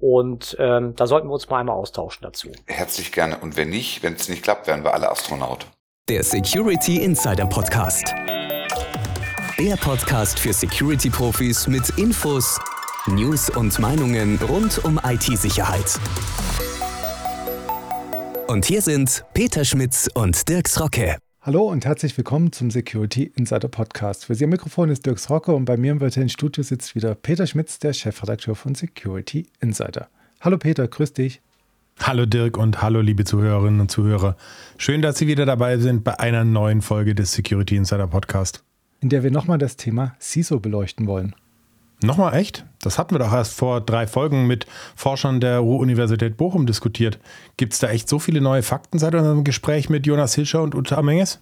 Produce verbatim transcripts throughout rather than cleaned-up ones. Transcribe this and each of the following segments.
Und ähm, da sollten wir uns mal einmal austauschen dazu. Herzlich gerne. Und wenn nicht, wenn es nicht klappt, werden wir alle Astronaut. Der Security Insider Podcast. Der Podcast für Security-Profis mit Infos, News und Meinungen rund um I T-Sicherheit. Und hier sind Peter Schmitz und Dirks Rocke. Hallo und herzlich willkommen zum Security Insider Podcast. Für Sie am Mikrofon ist Dirks Rocke und bei mir im virtuellen Studio sitzt wieder Peter Schmitz, der Chefredakteur von Security Insider. Hallo Peter, grüß dich. Hallo Dirk und hallo liebe Zuhörerinnen und Zuhörer. Schön, dass Sie wieder dabei sind bei einer neuen Folge des Security Insider Podcast. In der wir nochmal das Thema C I S O beleuchten wollen. Nochmal echt? Das hatten wir doch erst vor drei Folgen mit Forschern der Ruhr-Universität Bochum diskutiert. Gibt es da echt so viele neue Fakten seit unserem Gespräch mit Jonas Hilscher und Uta Menges?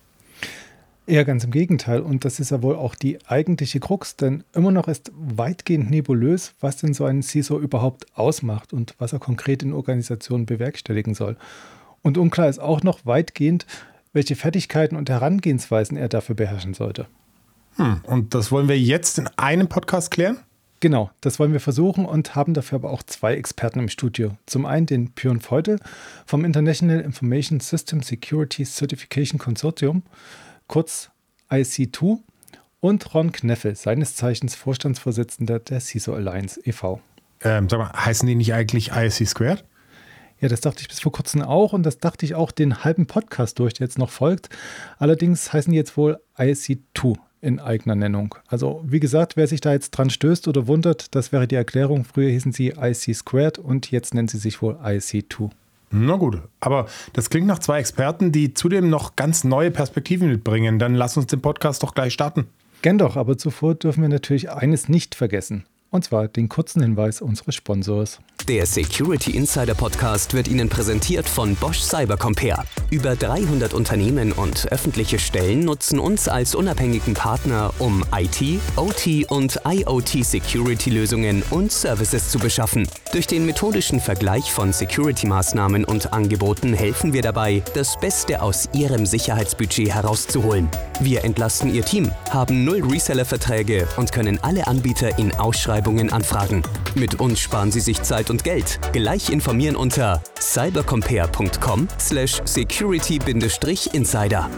Eher ganz im Gegenteil. Und das ist ja wohl auch die eigentliche Krux, denn immer noch ist weitgehend nebulös, was denn so ein C I S O überhaupt ausmacht und was er konkret in Organisationen bewerkstelligen soll. Und unklar ist auch noch weitgehend, welche Fertigkeiten und Herangehensweisen er dafür beherrschen sollte. Hm, und das wollen wir jetzt in einem Podcast klären? Genau, das wollen wir versuchen und haben dafür aber auch zwei Experten im Studio. Zum einen den Björn Feutel vom International Information System Security Certification Consortium, kurz I C zwei, und Ron Kneffel, seines Zeichens Vorstandsvorsitzender der C I S O Alliance e V Ähm, sag mal, heißen die nicht eigentlich I S C Squared? Ja, das dachte ich bis vor kurzem auch und das dachte ich auch den halben Podcast durch, der jetzt noch folgt. Allerdings heißen die jetzt wohl I C zwei in eigener Nennung. Also wie gesagt, wer sich da jetzt dran stößt oder wundert, das wäre die Erklärung. Früher hießen sie I C Squared und jetzt nennen sie sich wohl I C zwei. Na gut, aber das klingt nach zwei Experten, die zudem noch ganz neue Perspektiven mitbringen. Dann lass uns den Podcast doch gleich starten. Gern doch, aber zuvor dürfen wir natürlich eines nicht vergessen. Und zwar den kurzen Hinweis unseres Sponsors. Der Security Insider Podcast wird Ihnen präsentiert von Bosch Cybercompare. Über dreihundert Unternehmen und öffentliche Stellen nutzen uns als unabhängigen Partner, um I T, O T und I O T-Security-Lösungen und Services zu beschaffen. Durch den methodischen Vergleich von Security-Maßnahmen und Angeboten helfen wir dabei, das Beste aus Ihrem Sicherheitsbudget herauszuholen. Wir entlasten Ihr Team, haben null Reseller-Verträge und können alle Anbieter in Ausschreibungen anfragen. Mit uns sparen Sie sich Zeit und Geld. Gleich informieren unter cybercompare punkt com slash security insider.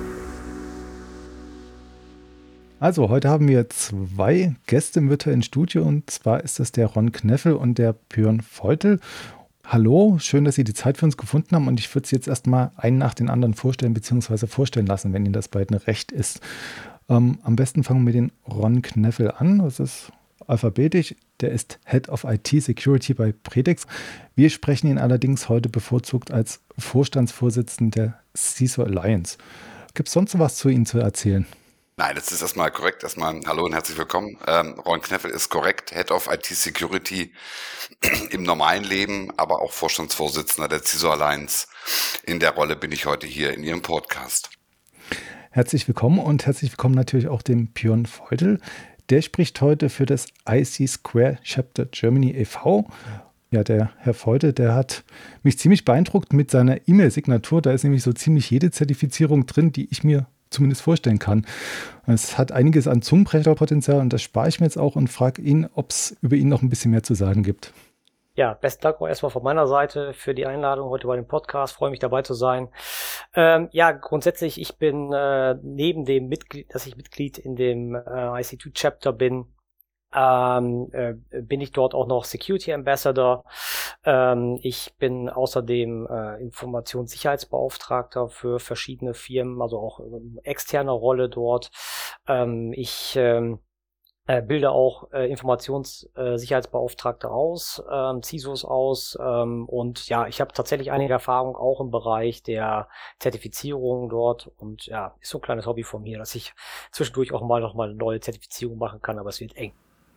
Also, heute haben wir zwei Gäste im virtuellen Studio und zwar ist das der Ron Kneffel und der Björn Feutel. Hallo, schön, dass Sie die Zeit für uns gefunden haben und ich würde Sie jetzt erstmal einen nach den anderen vorstellen bzw. vorstellen lassen, wenn Ihnen das beiden recht ist. Ähm, am besten fangen wir mit den Ron Kneffel an. Das ist alphabetisch. Der ist Head of I T Security bei Predix. Wir sprechen ihn allerdings heute bevorzugt als Vorstandsvorsitzender der C I S O Alliance. Gibt es sonst was zu Ihnen zu erzählen? Nein, das ist erstmal korrekt. Erstmal hallo und herzlich willkommen. Ähm, Ron Kneffel ist korrekt, Head of I T Security im normalen Leben, aber auch Vorstandsvorsitzender der C I S O Alliance. In der Rolle bin ich heute hier in Ihrem Podcast. Herzlich willkommen und herzlich willkommen natürlich auch dem Björn Feutel. Der spricht heute für das I C Square Chapter Germany e V Ja, der Herr Feutel, der hat mich ziemlich beeindruckt mit seiner E-Mail-Signatur. Da ist nämlich so ziemlich jede Zertifizierung drin, die ich mir zumindest vorstellen kann. Es hat einiges an Zungenbrecherpotenzial und das spare ich mir jetzt auch und frage ihn, ob es über ihn noch ein bisschen mehr zu sagen gibt. Ja, besten Dank auch erstmal von meiner Seite für die Einladung heute bei dem Podcast. Freue mich dabei zu sein. Ähm, ja, grundsätzlich, ich bin äh, neben dem Mitglied, dass ich Mitglied in dem äh, I C zwei Chapter bin, ähm, äh, bin ich dort auch noch Security Ambassador. Ähm, ich bin außerdem äh, Informationssicherheitsbeauftragter für verschiedene Firmen, also auch in externer Rolle dort. Ähm, ich ähm, Äh, bilde auch äh, Informationssicherheitsbeauftragte aus, ähm, C I S Os aus ähm, und ja, ich habe tatsächlich einige Erfahrung auch im Bereich der Zertifizierung dort und ja, ist so ein kleines Hobby von mir, dass ich zwischendurch auch mal noch mal eine neue Zertifizierung machen kann, aber es wird eng.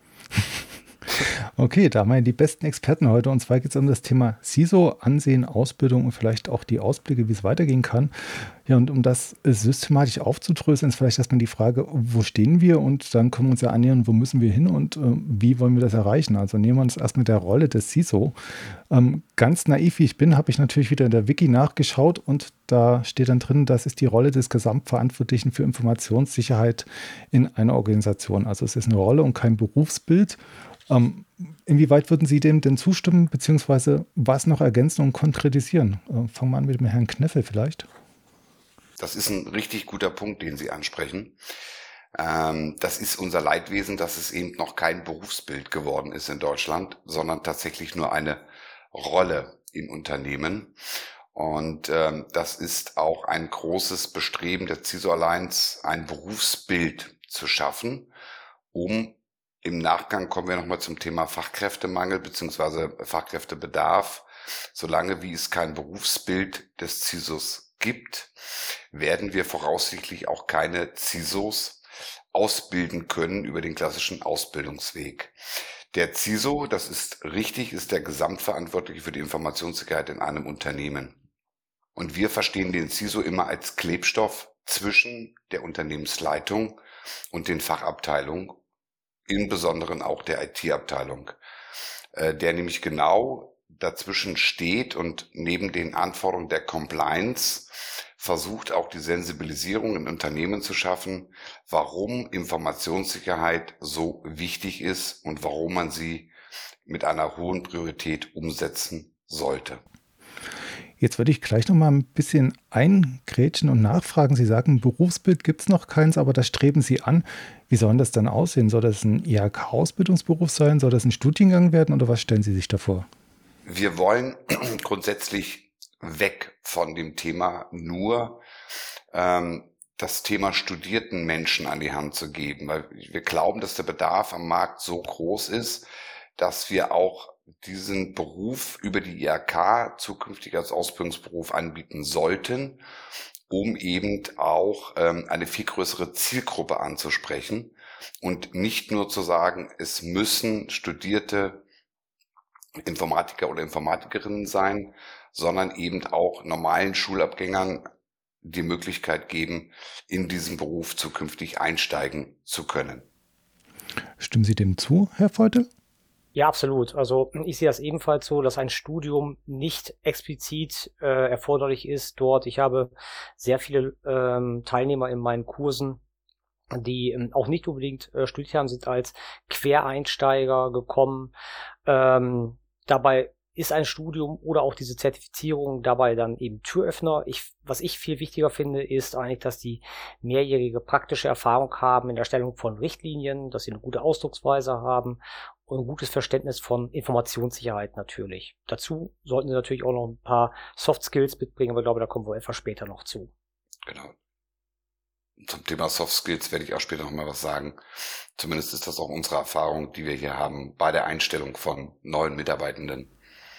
Okay, da haben wir die besten Experten heute und zwar geht es um das Thema C I S O, Ansehen, Ausbildung und vielleicht auch die Ausblicke, wie es weitergehen kann. Ja, und um das systematisch aufzudröseln, ist vielleicht erstmal die Frage, wo stehen wir und dann können wir uns ja annähern, wo müssen wir hin und äh, wie wollen wir das erreichen? Also nehmen wir uns erst mit der Rolle des C I S O. Ähm, ganz naiv wie ich bin, habe ich natürlich wieder in der Wiki nachgeschaut und da steht dann drin, das ist die Rolle des Gesamtverantwortlichen für Informationssicherheit in einer Organisation. Also es ist eine Rolle und kein Berufsbild. Ähm, inwieweit würden Sie dem denn zustimmen, beziehungsweise was noch ergänzen und konkretisieren? Äh, fangen wir an mit dem Herrn Kneffel vielleicht. Das ist ein richtig guter Punkt, den Sie ansprechen. Ähm, das ist unser Leidwesen, dass es eben noch kein Berufsbild geworden ist in Deutschland, sondern tatsächlich nur eine Rolle in Unternehmen. Und ähm, das ist auch ein großes Bestreben der C I S O Alliance, ein Berufsbild zu schaffen, um im Nachgang kommen wir nochmal zum Thema Fachkräftemangel bzw. Fachkräftebedarf. Solange wie es kein Berufsbild des C I S Os gibt, werden wir voraussichtlich auch keine C I S Os ausbilden können über den klassischen Ausbildungsweg. Der C I S O, das ist richtig, ist der Gesamtverantwortliche für die Informationssicherheit in einem Unternehmen. Und wir verstehen den C I S O immer als Klebstoff zwischen der Unternehmensleitung und den Fachabteilungen, im Besonderen auch der I T-Abteilung, der nämlich genau dazwischen steht und neben den Anforderungen der Compliance versucht auch die Sensibilisierung in Unternehmen zu schaffen, warum Informationssicherheit so wichtig ist und warum man sie mit einer hohen Priorität umsetzen sollte. Jetzt würde ich gleich noch mal ein bisschen eingrätschen und nachfragen. Sie sagen, Berufsbild gibt es noch keins, aber das streben Sie an. Wie soll das dann aussehen? Soll das ein I H K-Ausbildungsberuf sein? Soll das ein Studiengang werden? Oder was stellen Sie sich da vor? Wir wollen grundsätzlich weg von dem Thema nur ähm, das Thema studierten Menschen an die Hand zu geben, weil wir glauben, dass der Bedarf am Markt so groß ist, dass wir auch diesen Beruf über die I H K zukünftig als Ausbildungsberuf anbieten sollten, um eben auch ähm, eine viel größere Zielgruppe anzusprechen und nicht nur zu sagen, es müssen studierte Informatiker oder Informatikerinnen sein, sondern eben auch normalen Schulabgängern die Möglichkeit geben, in diesen Beruf zukünftig einsteigen zu können. Stimmen Sie dem zu, Herr Feutel? Ja, absolut. Also ich sehe das ebenfalls so, dass ein Studium nicht explizit äh, erforderlich ist dort. Ich habe sehr viele ähm, Teilnehmer in meinen Kursen, die ähm, auch nicht unbedingt äh, studiert haben, sind als Quereinsteiger gekommen. Ähm, dabei ist ein Studium oder auch diese Zertifizierung dabei dann eben Türöffner. Ich, was ich viel wichtiger finde, ist eigentlich, dass die mehrjährige praktische Erfahrung haben in der Erstellung von Richtlinien, dass sie eine gute Ausdrucksweise haben und ein gutes Verständnis von Informationssicherheit natürlich. Dazu sollten sie natürlich auch noch ein paar Soft Skills mitbringen, aber ich glaube, da kommen wir etwas später noch zu. Genau. Zum Thema Soft Skills werde ich auch später noch mal was sagen. Zumindest ist das auch unsere Erfahrung, die wir hier haben bei der Einstellung von neuen Mitarbeitenden.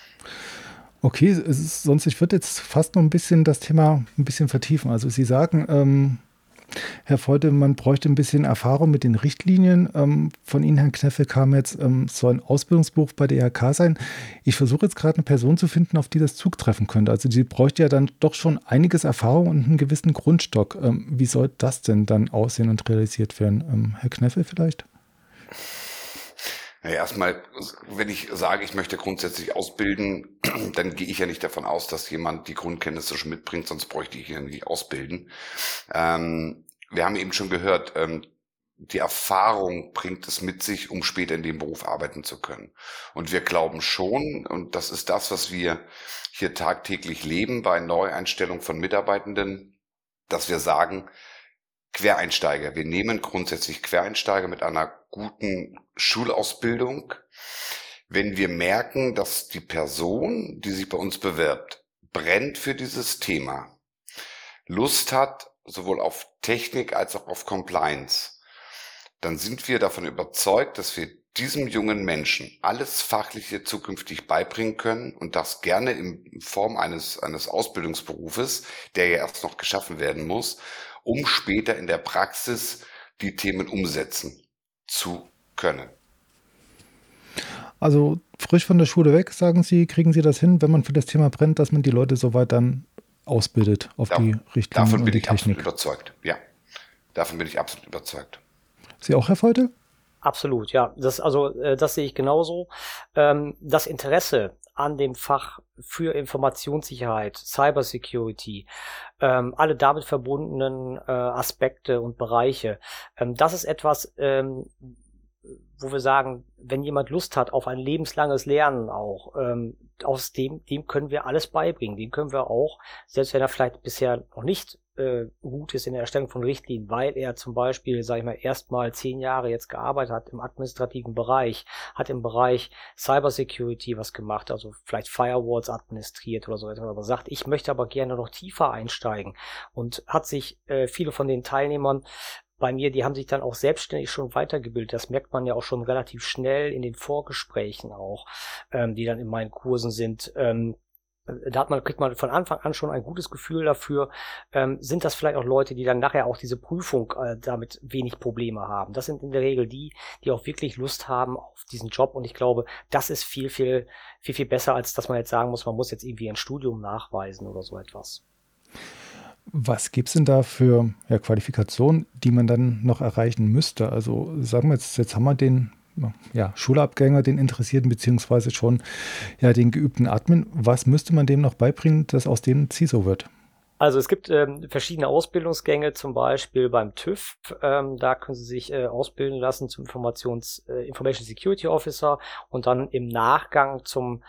Okay, es ist, sonst ich würde jetzt fast noch ein bisschen das Thema ein bisschen vertiefen. Also Sie sagen, ähm, Herr Feutel, man bräuchte ein bisschen Erfahrung mit den Richtlinien. Ähm, von Ihnen, Herrn Kneffel, kam jetzt, ähm, soll ein Ausbildungsberuf bei der I H K sein. Ich versuche jetzt gerade eine Person zu finden, auf die das zutreffen könnte. Also die bräuchte ja dann doch schon einiges Erfahrung und einen gewissen Grundstock. Ähm, wie soll das denn dann aussehen und realisiert werden? Ähm, Herr Kneffel vielleicht? Ja, erstmal, wenn ich sage, ich möchte grundsätzlich ausbilden, dann gehe ich ja nicht davon aus, dass jemand die Grundkenntnisse schon mitbringt, sonst bräuchte ich ihn nicht ausbilden. Ähm, wir haben eben schon gehört, ähm, die Erfahrung bringt es mit sich, um später in dem Beruf arbeiten zu können. Und wir glauben schon, und das ist das, was wir hier tagtäglich leben bei Neueinstellung von Mitarbeitenden, dass wir sagen, Quereinsteiger. Wir nehmen grundsätzlich Quereinsteiger mit einer guten Schulausbildung. Wenn wir merken, dass die Person, die sich bei uns bewirbt, brennt für dieses Thema, Lust hat, sowohl auf Technik als auch auf Compliance, dann sind wir davon überzeugt, dass wir diesem jungen Menschen alles Fachliche zukünftig beibringen können und das gerne in Form eines, eines Ausbildungsberufes, der ja erst noch geschaffen werden muss, um später in der Praxis die Themen umsetzen zu können. Also frisch von der Schule weg, sagen Sie, kriegen Sie das hin, wenn man für das Thema brennt, dass man die Leute soweit dann ausbildet auf Da, die Richtlinien davon und bin die ich Technik? absolut überzeugt. Ja, davon bin ich absolut überzeugt. Sie auch, Herr Feutel? Absolut, ja. Das, also, äh, das sehe ich genauso. Ähm, das Interesse an dem Fach für Informationssicherheit, Cybersecurity, ähm, alle damit verbundenen äh, Aspekte und Bereiche, ähm, das ist etwas, ähm, wo wir sagen, wenn jemand Lust hat auf ein lebenslanges Lernen auch, ähm, aus dem, dem können wir alles beibringen. Dem können wir auch, selbst wenn er vielleicht bisher noch nicht äh, gut ist in der Erstellung von Richtlinien, weil er zum Beispiel, sage ich mal, erstmal zehn Jahre jetzt gearbeitet hat im administrativen Bereich, hat im Bereich Cybersecurity was gemacht, also vielleicht Firewalls administriert oder so etwas, aber sagt, ich möchte aber gerne noch tiefer einsteigen und hat sich äh, viele von den Teilnehmern bei mir, die haben sich dann auch selbstständig schon weitergebildet. Das merkt man ja auch schon relativ schnell in den Vorgesprächen auch, ähm, die dann in meinen Kursen sind. Ähm, da hat man, kriegt man von Anfang an schon ein gutes Gefühl dafür, ähm, sind das vielleicht auch Leute, die dann nachher auch diese Prüfung äh, damit wenig Probleme haben. Das sind in der Regel die, die auch wirklich Lust haben auf diesen Job, und ich glaube, das ist viel, viel, viel, viel besser, als dass man jetzt sagen muss, man muss jetzt irgendwie ein Studium nachweisen oder so etwas. Was gibt es denn da für ja, Qualifikationen, die man dann noch erreichen müsste? Also sagen wir jetzt, jetzt haben wir den ja, Schulabgänger, den Interessierten, beziehungsweise schon ja, den geübten Admin. Was müsste man dem noch beibringen, dass aus dem C I S O wird? Also es gibt ähm, verschiedene Ausbildungsgänge, zum Beispiel beim TÜV. Ähm, da können Sie sich äh, ausbilden lassen zum Informations, äh, Information Security Officer und dann im Nachgang zum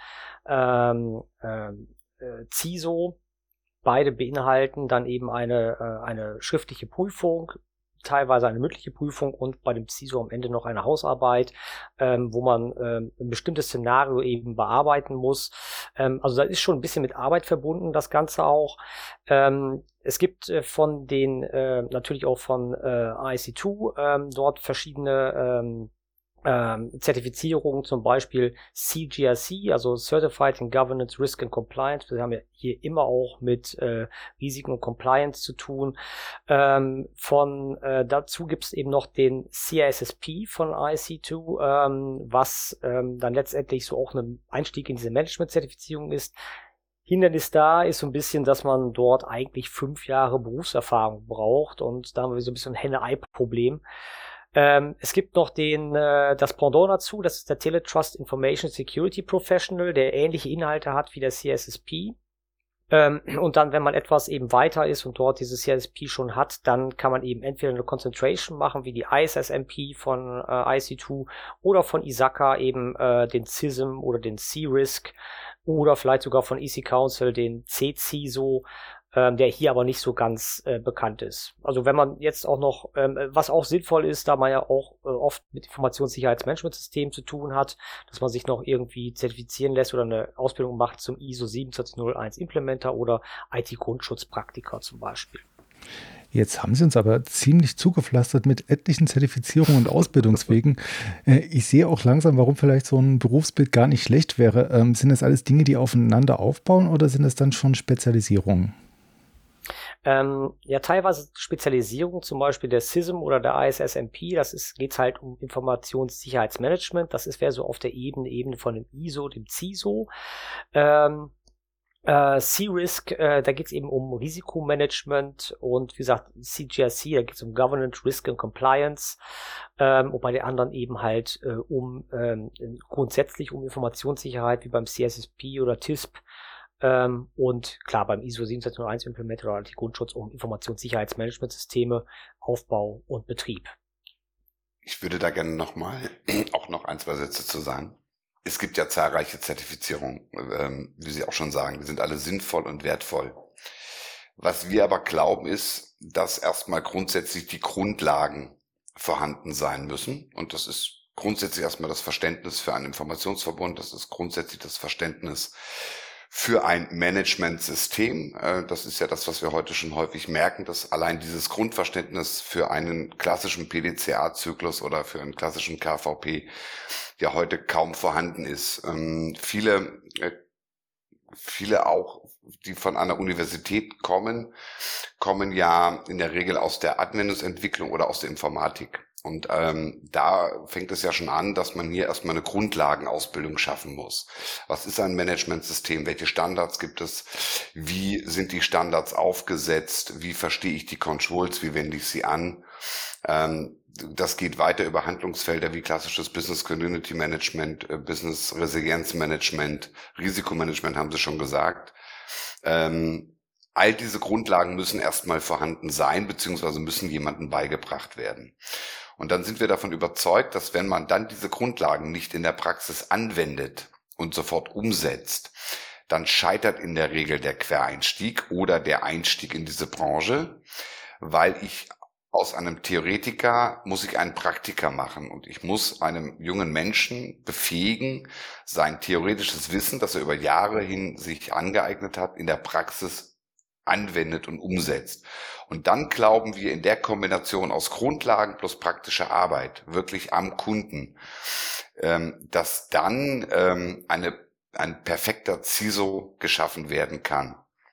ähm, äh, C I S O. Beide beinhalten dann eben eine, äh, eine schriftliche Prüfung, teilweise eine mündliche Prüfung und bei dem C I S O am Ende noch eine Hausarbeit, ähm, wo man ähm, ein bestimmtes Szenario eben bearbeiten muss. Ähm, also da ist schon ein bisschen mit Arbeit verbunden, das Ganze auch. Ähm, es gibt äh, von den, äh, natürlich auch von äh, I C zwei ähm, dort verschiedene ähm, Ähm, Zertifizierungen, zum Beispiel C G R C, also Certified in Governance, Risk and Compliance. Wir haben ja hier immer auch mit äh, Risiken und Compliance zu tun. Ähm, von äh, dazu gibt es eben noch den C I S S P von I C zwei, ähm, was ähm, dann letztendlich so auch ein Einstieg in diese Management-Zertifizierung ist. Hindernis da ist so ein bisschen, dass man dort eigentlich fünf Jahre Berufserfahrung braucht, und da haben wir so ein bisschen ein Henne-Ei-Problem. Ähm, es gibt noch den, äh, das Pendant dazu, das ist der Teletrust Information Security Professional, der ähnliche Inhalte hat wie der C S S P. Ähm, und dann, wenn man etwas eben weiter ist und dort dieses C S S P schon hat, dann kann man eben entweder eine Concentration machen, wie die I S S M P von äh, I C zwei oder von I S A C A eben äh, den C I S M oder den C R I S C oder vielleicht sogar von E C Council den C C I S O, Ähm, der hier aber nicht so ganz äh, bekannt ist. Also wenn man jetzt auch noch, ähm, was auch sinnvoll ist, da man ja auch äh, oft mit Informationssicherheitsmanagementsystemen zu tun hat, dass man sich noch irgendwie zertifizieren lässt oder eine Ausbildung macht zum I S O sieben zwei null eins Implementer oder I T-Grundschutzpraktiker zum Beispiel. Jetzt haben Sie uns aber ziemlich zugepflastert mit etlichen Zertifizierungen und Ausbildungswegen. Äh, ich sehe auch langsam, warum vielleicht so ein Berufsbild gar nicht schlecht wäre. Ähm, sind das alles Dinge, die aufeinander aufbauen, oder sind das dann schon Spezialisierungen? Ähm, ja, teilweise Spezialisierung, zum Beispiel der C I S M oder der I S S M P, das ist, geht's halt um Informationssicherheitsmanagement, das ist, wäre so auf der Ebene, Ebene von dem I S O, dem C I S O. Ähm, äh, C R I S C, äh, da geht's eben um Risikomanagement, und wie gesagt, C G R C, da geht's um Governance, Risk and Compliance, ähm, und bei den anderen eben halt äh, um ähm, grundsätzlich um Informationssicherheit, wie beim C S S P oder T I S P. Ähm, und klar, beim I S O sieben zwei null eins Implementer oder I T-Grundschutz um Informationssicherheitsmanagementsysteme, Aufbau und Betrieb. Ich würde da gerne nochmal auch noch ein, zwei Sätze zu sagen. Es gibt ja zahlreiche Zertifizierungen, ähm, wie Sie auch schon sagen, die sind alle sinnvoll und wertvoll. Was wir aber glauben ist, dass erstmal grundsätzlich die Grundlagen vorhanden sein müssen, und das ist grundsätzlich erstmal das Verständnis für einen Informationsverbund, das ist grundsätzlich das Verständnis für ein Managementsystem. Das ist ja das, was wir heute schon häufig merken, dass allein dieses Grundverständnis für einen klassischen P D C A-Zyklus oder für einen klassischen K V P ja heute kaum vorhanden ist. Ähm, viele, äh, viele auch, die von einer Universität kommen, kommen ja in der Regel aus der Anwendungsentwicklung oder aus der Informatik. Und ähm, da fängt es ja schon an, dass man hier erstmal eine Grundlagenausbildung schaffen muss. Was ist ein Managementsystem? Welche Standards gibt es? Wie sind die Standards aufgesetzt? Wie verstehe ich die Controls? Wie wende ich sie an? Ähm, das geht weiter über Handlungsfelder wie klassisches Business Community Management, äh, Business Resilienz Management, Risikomanagement haben Sie schon gesagt. Ähm, all diese Grundlagen müssen erstmal vorhanden sein, beziehungsweise müssen jemandem beigebracht werden. Und dann sind wir davon überzeugt, dass wenn man dann diese Grundlagen nicht in der Praxis anwendet und sofort umsetzt, dann scheitert in der Regel der Quereinstieg oder der Einstieg in diese Branche, weil ich aus einem Theoretiker muss ich einen Praktiker machen und ich muss einem jungen Menschen befähigen, sein theoretisches Wissen, das er über Jahre hin sich angeeignet hat, in der Praxis anwendet und umsetzt. Und dann glauben wir in der Kombination aus Grundlagen plus praktischer Arbeit, wirklich am Kunden, dass dann eine, ein perfekter C I S O geschaffen werden kann.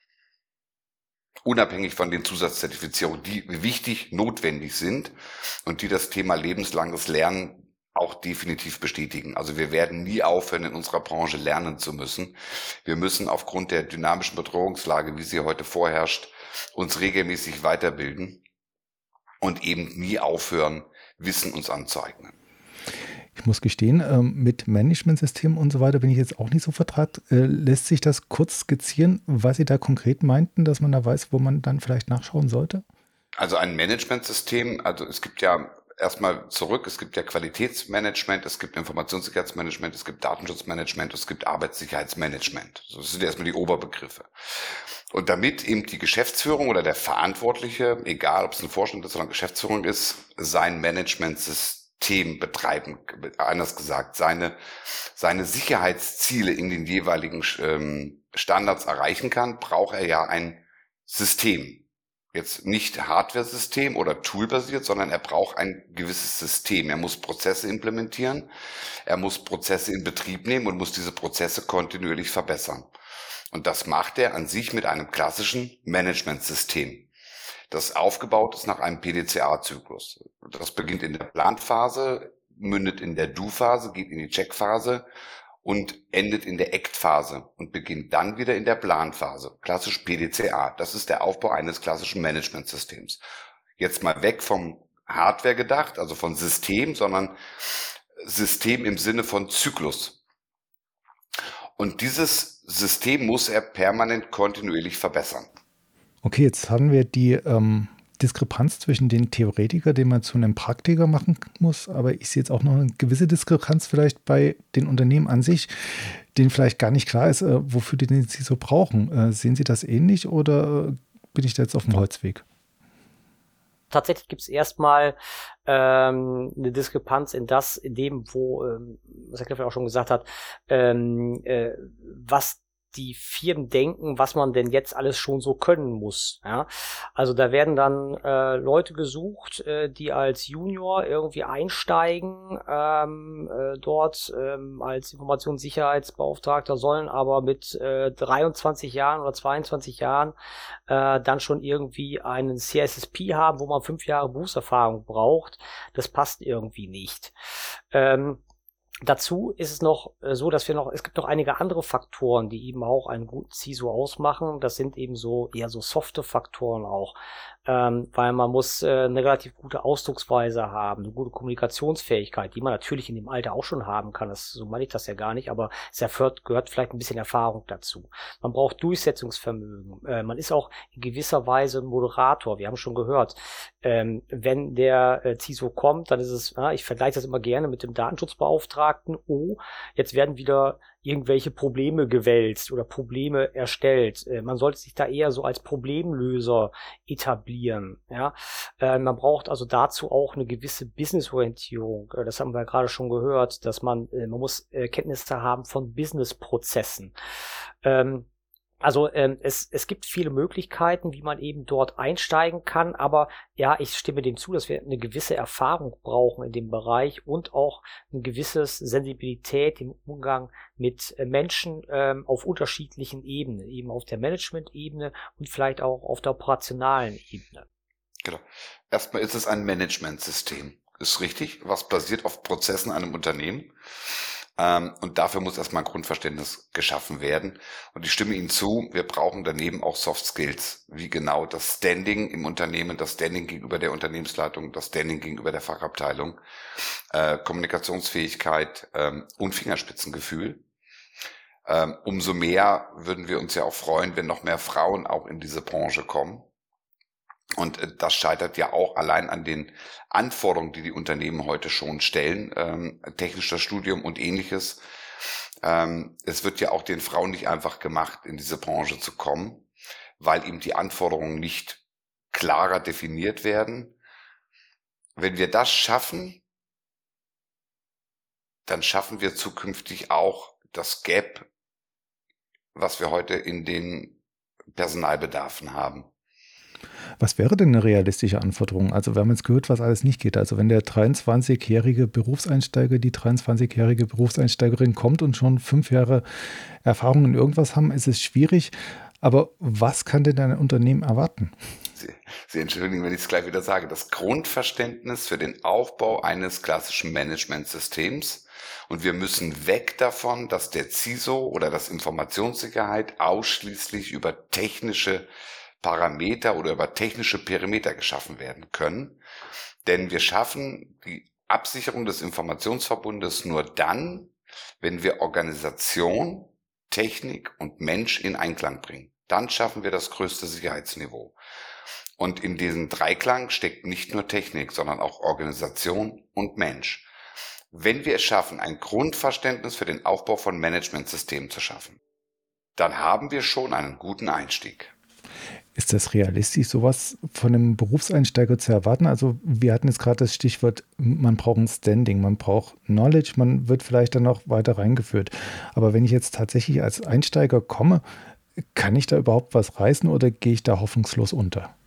Unabhängig von den Zusatzzertifizierungen, die wichtig, notwendig sind und die das Thema lebenslanges Lernen auch definitiv bestätigen. Also wir werden nie aufhören, in unserer Branche lernen zu müssen. Wir müssen aufgrund der dynamischen Bedrohungslage, wie sie heute vorherrscht, uns regelmäßig weiterbilden und eben nie aufhören, Wissen uns anzueignen. Ich muss gestehen, mit Managementsystemen und so weiter bin ich jetzt auch nicht so vertraut. Lässt sich das kurz skizzieren, was Sie da konkret meinten, dass man da weiß, wo man dann vielleicht nachschauen sollte? Also ein Managementsystem, also es gibt ja erstmal zurück, es gibt ja Qualitätsmanagement, es gibt Informationssicherheitsmanagement, es gibt Datenschutzmanagement, es gibt Arbeitssicherheitsmanagement. Das sind erstmal die Oberbegriffe. Und damit eben die Geschäftsführung oder der Verantwortliche, egal ob es ein Vorstand ist oder eine Geschäftsführung ist, sein Managementsystem Themen betreiben, anders gesagt, seine, seine Sicherheitsziele in den jeweiligen ähm, Standards erreichen kann, braucht er ja ein System. Jetzt nicht Hardware-System oder Tool-basiert, sondern er braucht ein gewisses System. Er muss Prozesse implementieren, er muss Prozesse in Betrieb nehmen und muss diese Prozesse kontinuierlich verbessern. Und das macht er an sich mit einem klassischen Managementsystem, das aufgebaut ist nach einem P D C A-Zyklus. Das beginnt in der Planphase, mündet in der Do-Phase, geht in die Check-Phase und endet in der Act-Phase und beginnt dann wieder in der Planphase. Klassisch P D C A. Das ist der Aufbau eines klassischen Managementsystems. Jetzt mal weg vom Hardware gedacht, also von System, sondern System im Sinne von Zyklus. Und dieses System muss er permanent kontinuierlich verbessern. Okay, jetzt haben wir die ähm, Diskrepanz zwischen den Theoretiker, den man zu einem Praktiker machen muss, aber ich sehe jetzt auch noch eine gewisse Diskrepanz vielleicht bei den Unternehmen an sich, denen vielleicht gar nicht klar ist, äh, wofür die den sie so brauchen. Äh, sehen Sie das ähnlich oder äh, bin ich da jetzt auf dem Holzweg? Tatsächlich gibt es erstmal ähm, eine Diskrepanz in das, in dem, wo, ähm, was Herr Kneffel auch schon gesagt hat, ähm, äh, was die Firmen denken, was man denn jetzt alles schon so können muss. Ja? Also da werden dann äh, Leute gesucht, äh, die als Junior irgendwie einsteigen, ähm, äh, dort ähm, als Informationssicherheitsbeauftragter, sollen aber mit äh, dreiundzwanzig Jahren oder zweiundzwanzig Jahren äh, dann schon irgendwie einen C S S P haben, wo man fünf Jahre Berufserfahrung braucht. Das passt irgendwie nicht. Ähm, Dazu ist es noch äh, so, dass wir noch, es gibt noch einige andere Faktoren, die eben auch einen guten C I S O ausmachen. Das sind eben so eher so softe Faktoren auch, ähm, weil man muss äh, eine relativ gute Ausdrucksweise haben, eine gute Kommunikationsfähigkeit, die man natürlich in dem Alter auch schon haben kann. Das, so meine ich das ja gar nicht, aber es erfährt, gehört vielleicht ein bisschen Erfahrung dazu. Man braucht Durchsetzungsvermögen. Äh, man ist auch in gewisser Weise ein Moderator. Wir haben schon gehört, ähm, wenn der äh, C I S O kommt, dann ist es, ja, ich vergleiche das immer gerne mit dem Datenschutzbeauftragten. Oh, jetzt werden wieder irgendwelche Probleme gewälzt oder Probleme erstellt. Äh, man sollte sich da eher so als Problemlöser etablieren. Ja? Äh, man braucht also dazu auch eine gewisse Business-Orientierung. Äh, das haben wir ja gerade schon gehört, dass man, äh, man muss äh, Kenntnisse haben von Business-Prozessen. Ähm, Also ähm, es, es gibt viele Möglichkeiten, wie man eben dort einsteigen kann, aber ja, ich stimme dem zu, dass wir eine gewisse Erfahrung brauchen in dem Bereich und auch ein gewisses Sensibilität im Umgang mit Menschen ähm, auf unterschiedlichen Ebenen, eben auf der Management-Ebene und vielleicht auch auf der operationalen Ebene. Genau. Erstmal ist es ein Managementsystem. Ist richtig, was basiert auf Prozessen einem Unternehmen. Und dafür muss erstmal ein Grundverständnis geschaffen werden. Und ich stimme Ihnen zu, wir brauchen daneben auch Soft Skills, wie genau das Standing im Unternehmen, das Standing gegenüber der Unternehmensleitung, das Standing gegenüber der Fachabteilung, äh, Kommunikationsfähigkeit ähm, und Fingerspitzengefühl. Ähm, umso mehr würden wir uns ja auch freuen, wenn noch mehr Frauen auch in diese Branche kommen. Und äh, das scheitert ja auch allein an den Anforderungen, die die Unternehmen heute schon stellen, ähm, technisches Studium und ähnliches. Ähm, es wird ja auch den Frauen nicht einfach gemacht, in diese Branche zu kommen, weil eben die Anforderungen nicht klarer definiert werden. Wenn wir das schaffen, dann schaffen wir zukünftig auch das Gap, was wir heute in den Personalbedarfen haben. Was wäre denn eine realistische Anforderung? Also wir haben jetzt gehört, was alles nicht geht. Also wenn der dreiundzwanzigjährige Berufseinsteiger, die dreiundzwanzigjährige Berufseinsteigerin kommt und schon fünf Jahre Erfahrung in irgendwas haben, ist es schwierig. Aber was kann denn ein Unternehmen erwarten? Sie, Sie entschuldigen, wenn ich es gleich wieder sage. Das Grundverständnis für den Aufbau eines klassischen Managementsystems. Und wir müssen weg davon, dass der C I S O oder das Informationssicherheit ausschließlich über technische Parameter oder über technische Perimeter geschaffen werden können. Denn wir schaffen die Absicherung des Informationsverbundes nur dann, wenn wir Organisation, Technik und Mensch in Einklang bringen. Dann schaffen wir das größte Sicherheitsniveau. Und in diesem Dreiklang steckt nicht nur Technik, sondern auch Organisation und Mensch. Wenn wir es schaffen, ein Grundverständnis für den Aufbau von Managementsystemen zu schaffen, dann haben wir schon einen guten Einstieg. Ist das realistisch, sowas von einem Berufseinsteiger zu erwarten? Also wir hatten jetzt gerade das Stichwort, man braucht ein Standing, man braucht Knowledge, man wird vielleicht dann noch weiter reingeführt. Aber wenn ich jetzt tatsächlich als Einsteiger komme, kann ich da überhaupt was reißen oder gehe ich da hoffnungslos unter?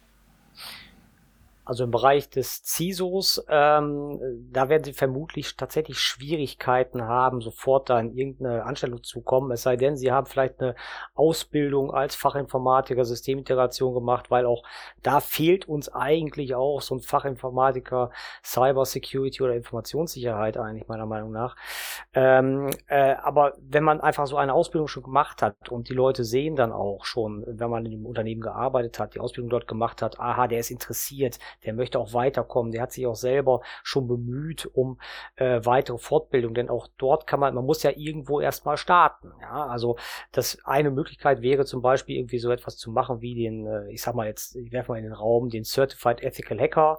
Also im Bereich des C I S Os, ähm, da werden sie vermutlich tatsächlich Schwierigkeiten haben, sofort da in irgendeine Anstellung zu kommen. Es sei denn, sie haben vielleicht eine Ausbildung als Fachinformatiker Systemintegration gemacht, weil auch da fehlt uns eigentlich auch so ein Fachinformatiker Cyber Security oder Informationssicherheit eigentlich meiner Meinung nach. Ähm, äh, aber wenn man einfach so eine Ausbildung schon gemacht hat und die Leute sehen dann auch schon, wenn man in dem Unternehmen gearbeitet hat, die Ausbildung dort gemacht hat, aha, der ist interessiert, der möchte auch weiterkommen, der hat sich auch selber schon bemüht um äh, weitere Fortbildung, denn auch dort kann man, man muss ja irgendwo erstmal starten. Ja, also das eine Möglichkeit wäre zum Beispiel irgendwie so etwas zu machen wie den, äh, ich sag mal jetzt, ich werfe mal in den Raum, den Certified Ethical Hacker,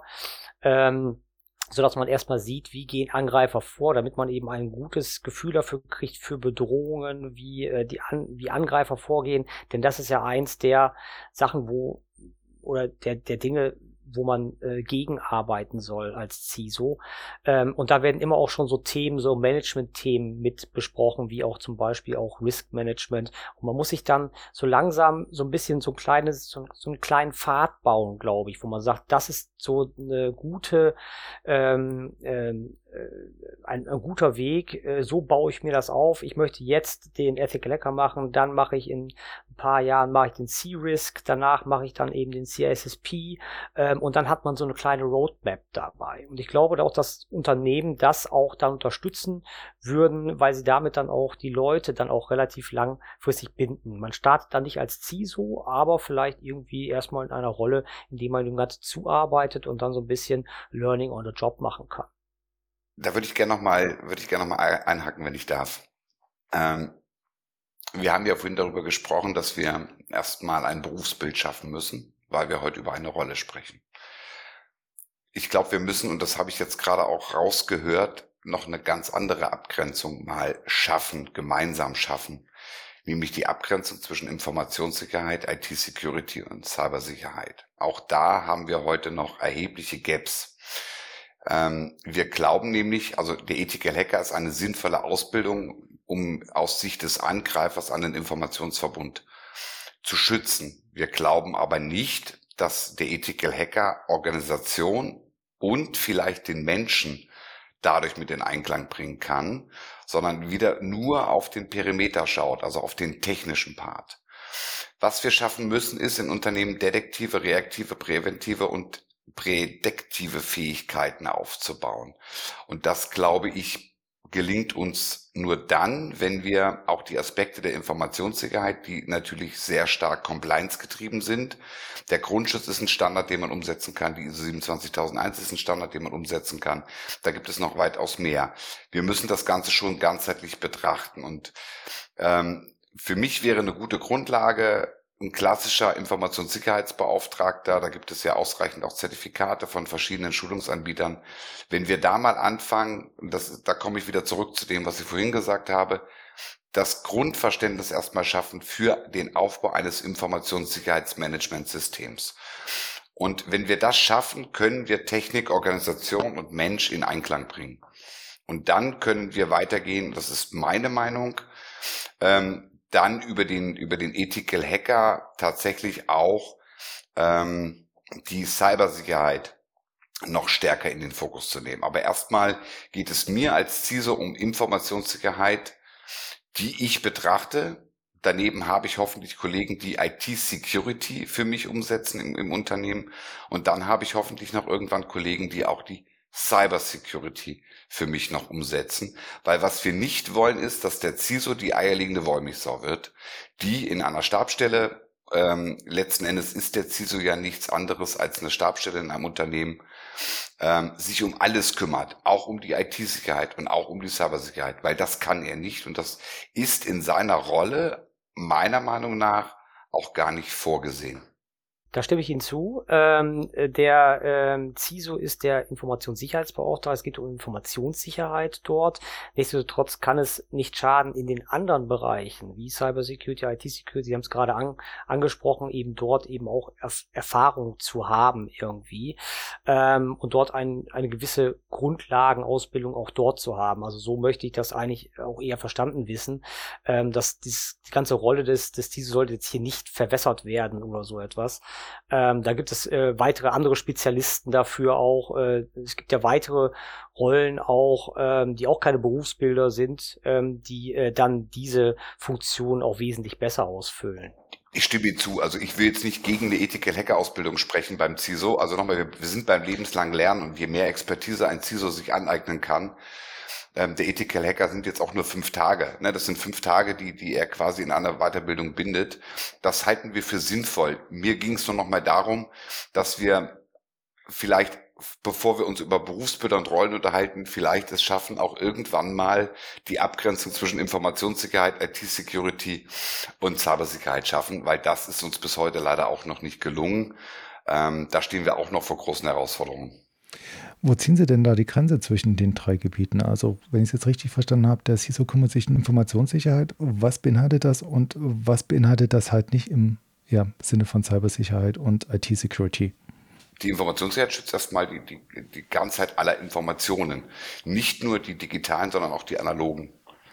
ähm, so dass man erstmal sieht, wie gehen Angreifer vor, damit man eben ein gutes Gefühl dafür kriegt für Bedrohungen, wie äh, die An wie Angreifer vorgehen, denn das ist ja eins der Sachen, wo oder der der Dinge, wo man äh, gegenarbeiten soll als C I S O. Ähm, und da werden immer auch schon so Themen, so Management-Themen mit besprochen, wie auch zum Beispiel auch Risk-Management. Und man muss sich dann so langsam so ein bisschen so ein kleines, so, so einen kleinen Pfad bauen, glaube ich, wo man sagt, das ist so eine gute, ähm, ähm, Ein, ein guter Weg, so baue ich mir das auf. Ich möchte jetzt den Ethical Hacker machen, dann mache ich in ein paar Jahren mache ich den C-Risk, danach mache ich dann eben den C I S S P ähm, und dann hat man so eine kleine Roadmap dabei. Und ich glaube auch, dass Unternehmen das auch dann unterstützen würden, weil sie damit dann auch die Leute dann auch relativ langfristig binden. Man startet dann nicht als C I S O, aber vielleicht irgendwie erstmal in einer Rolle, in der man dem Ganzen zuarbeitet und dann so ein bisschen Learning on the Job machen kann. Da würde ich gerne nochmal, würde ich gerne noch mal einhaken, wenn ich darf. Ähm, wir haben ja vorhin darüber gesprochen, dass wir erstmal ein Berufsbild schaffen müssen, weil wir heute über eine Rolle sprechen. Ich glaube, wir müssen, und das habe ich jetzt gerade auch rausgehört, noch eine ganz andere Abgrenzung mal schaffen, gemeinsam schaffen, nämlich die Abgrenzung zwischen Informationssicherheit, I T-Security und Cybersicherheit. Auch da haben wir heute noch erhebliche Gaps. Wir glauben nämlich, also der Ethical Hacker ist eine sinnvolle Ausbildung, um aus Sicht des Angreifers an den Informationsverbund zu schützen. Wir glauben aber nicht, dass der Ethical Hacker Organisation und vielleicht den Menschen dadurch mit in Einklang bringen kann, sondern wieder nur auf den Perimeter schaut, also auf den technischen Part. Was wir schaffen müssen, ist in Unternehmen detektive, reaktive, präventive und prädiktive Fähigkeiten aufzubauen. Und das, glaube ich, gelingt uns nur dann, wenn wir auch die Aspekte der Informationssicherheit, die natürlich sehr stark compliance-getrieben sind. Der Grundschutz ist ein Standard, den man umsetzen kann. Die I S O siebenundzwanzigtausendeins ist ein Standard, den man umsetzen kann. Da gibt es noch weitaus mehr. Wir müssen das Ganze schon ganzheitlich betrachten. Und ähm, für mich wäre eine gute Grundlage, ein klassischer Informationssicherheitsbeauftragter, da gibt es ja ausreichend auch Zertifikate von verschiedenen Schulungsanbietern. Wenn wir da mal anfangen, das, da komme ich wieder zurück zu dem, was ich vorhin gesagt habe, das Grundverständnis erstmal schaffen für den Aufbau eines Informationssicherheitsmanagementsystems. Und wenn wir das schaffen, können wir Technik, Organisation und Mensch in Einklang bringen. Und dann können wir weitergehen, das ist meine Meinung, ähm, dann über den über den Ethical Hacker tatsächlich auch ähm, die Cybersicherheit noch stärker in den Fokus zu nehmen. Aber erstmal geht es mir als C I S O um Informationssicherheit, die ich betrachte. Daneben habe ich hoffentlich Kollegen, die I T-Security für mich umsetzen im, im Unternehmen. Und dann habe ich hoffentlich noch irgendwann Kollegen, die auch die Cybersecurity für mich noch umsetzen, weil was wir nicht wollen ist, dass der C I S O die eierlegende Wollmilchsau wird, die in einer Stabsstelle, ähm, letzten Endes ist der C I S O ja nichts anderes als eine Stabsstelle in einem Unternehmen, ähm, sich um alles kümmert, auch um die I T-Sicherheit und auch um die Cybersicherheit, weil das kann er nicht und das ist in seiner Rolle meiner Meinung nach auch gar nicht vorgesehen. Da stimme ich Ihnen zu. Ähm, der ähm, C I S O ist der Informationssicherheitsbeauftragte. Es geht um Informationssicherheit dort. Nichtsdestotrotz kann es nicht schaden, in den anderen Bereichen wie Cybersecurity, I T-Security, Sie haben es gerade an, angesprochen, eben dort eben auch Erf- Erfahrung zu haben irgendwie ähm, und dort ein, eine gewisse Grundlagenausbildung auch dort zu haben. Also so möchte ich das eigentlich auch eher verstanden wissen, ähm, dass dies, die ganze Rolle des, des C I S O sollte jetzt hier nicht verwässert werden oder so etwas. Ähm, da gibt es äh, weitere andere Spezialisten dafür auch. Äh, es gibt ja weitere Rollen auch, ähm, die auch keine Berufsbilder sind, ähm, die äh, dann diese Funktion auch wesentlich besser ausfüllen. Ich stimme Ihnen zu. Also ich will jetzt nicht gegen eine Ethical Hacker Ausbildung sprechen beim C I S O. Also nochmal, wir, wir sind beim lebenslangen Lernen und je mehr Expertise ein C I S O sich aneignen kann, ähm, der Ethical Hacker sind jetzt auch nur fünf Tage. Ne? Das sind fünf Tage, die, die er quasi in einer Weiterbildung bindet. Das halten wir für sinnvoll. Mir ging es nur noch mal darum, dass wir vielleicht, bevor wir uns über Berufsbilder und Rollen unterhalten, vielleicht es schaffen, auch irgendwann mal die Abgrenzung zwischen Informationssicherheit, I T-Security und Cybersicherheit schaffen, weil das ist uns bis heute leider auch noch nicht gelungen. Ähm, da stehen wir auch noch vor großen Herausforderungen. Wo ziehen Sie denn da die Grenze zwischen den drei Gebieten? Also, wenn ich es jetzt richtig verstanden habe, der C I S O kümmert sich um Informationssicherheit. Was beinhaltet das und was beinhaltet das halt nicht im ja, Sinne von Cybersicherheit und I T-Security? Die Informationssicherheit schützt erstmal die, die, die Ganzheit aller Informationen. Nicht nur die digitalen, sondern auch die analogen.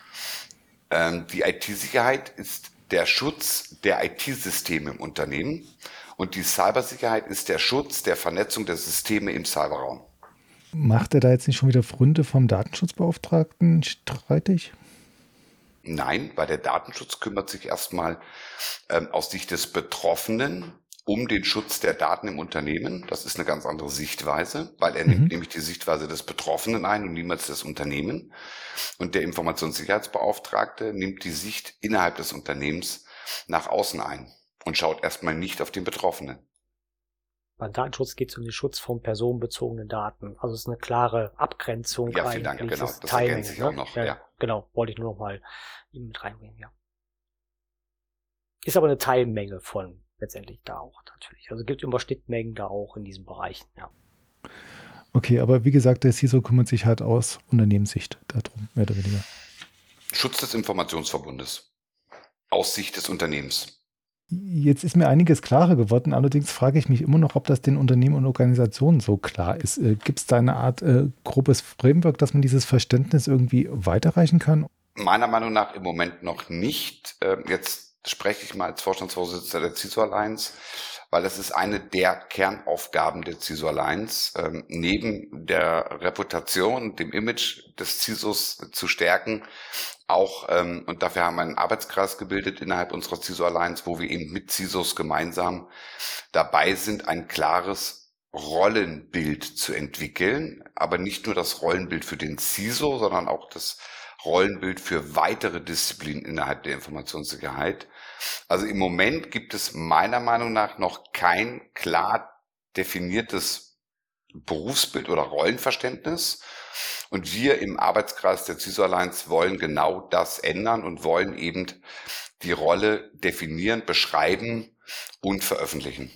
Ähm, die I T-Sicherheit ist der Schutz der I T-Systeme im Unternehmen und die Cybersicherheit ist der Schutz der Vernetzung der Systeme im Cyberraum. Macht er da jetzt nicht schon wieder Fründe vom Datenschutzbeauftragten streitig? Nein, weil der Datenschutz kümmert sich erstmal ähm, aus Sicht des Betroffenen um den Schutz der Daten im Unternehmen. Das ist eine ganz andere Sichtweise, weil er mhm. nimmt nämlich die Sichtweise des Betroffenen ein und niemals des Unternehmens. Und der Informationssicherheitsbeauftragte nimmt die Sicht innerhalb des Unternehmens nach außen ein und schaut erstmal nicht auf den Betroffenen. Beim Datenschutz geht es um den Schutz von personenbezogenen Daten. Also es ist eine klare Abgrenzung. Ja, vielen Dank, genau. Das ergänzt sich auch noch. Ja, ja. Genau, wollte ich nur noch mal mit reinbringen, ja. Ist aber eine Teilmenge von letztendlich da auch natürlich. Also es gibt immer Schnittmengen da auch in diesen Bereichen, ja. Okay, aber wie gesagt, der C I S O kümmert sich halt aus Unternehmenssicht darum, mehr oder weniger. Schutz des Informationsverbundes. Aus Sicht des Unternehmens. Jetzt ist mir einiges klarer geworden, allerdings frage ich mich immer noch, ob das den Unternehmen und Organisationen so klar ist. Äh, Gibt es da eine Art äh, grobes Framework, dass man dieses Verständnis irgendwie weiterreichen kann? Meiner Meinung nach im Moment noch nicht. Ähm, jetzt spreche ich mal als Vorstandsvorsitzender der C I S O Alliance, weil das ist eine der Kernaufgaben der C I S O Alliance, ähm, neben der Reputation, dem Image des C I S Os zu stärken, auch, ähm, und dafür haben wir einen Arbeitskreis gebildet innerhalb unserer C I S O Alliance, wo wir eben mit C I S Os gemeinsam dabei sind, ein klares Rollenbild zu entwickeln, aber nicht nur das Rollenbild für den C I S O, sondern auch das Rollenbild für weitere Disziplinen innerhalb der Informationssicherheit. Also im Moment gibt es meiner Meinung nach noch kein klar definiertes Berufsbild oder Rollenverständnis. Und wir im Arbeitskreis der C I S O Alliance wollen genau das ändern und wollen eben die Rolle definieren, beschreiben und veröffentlichen.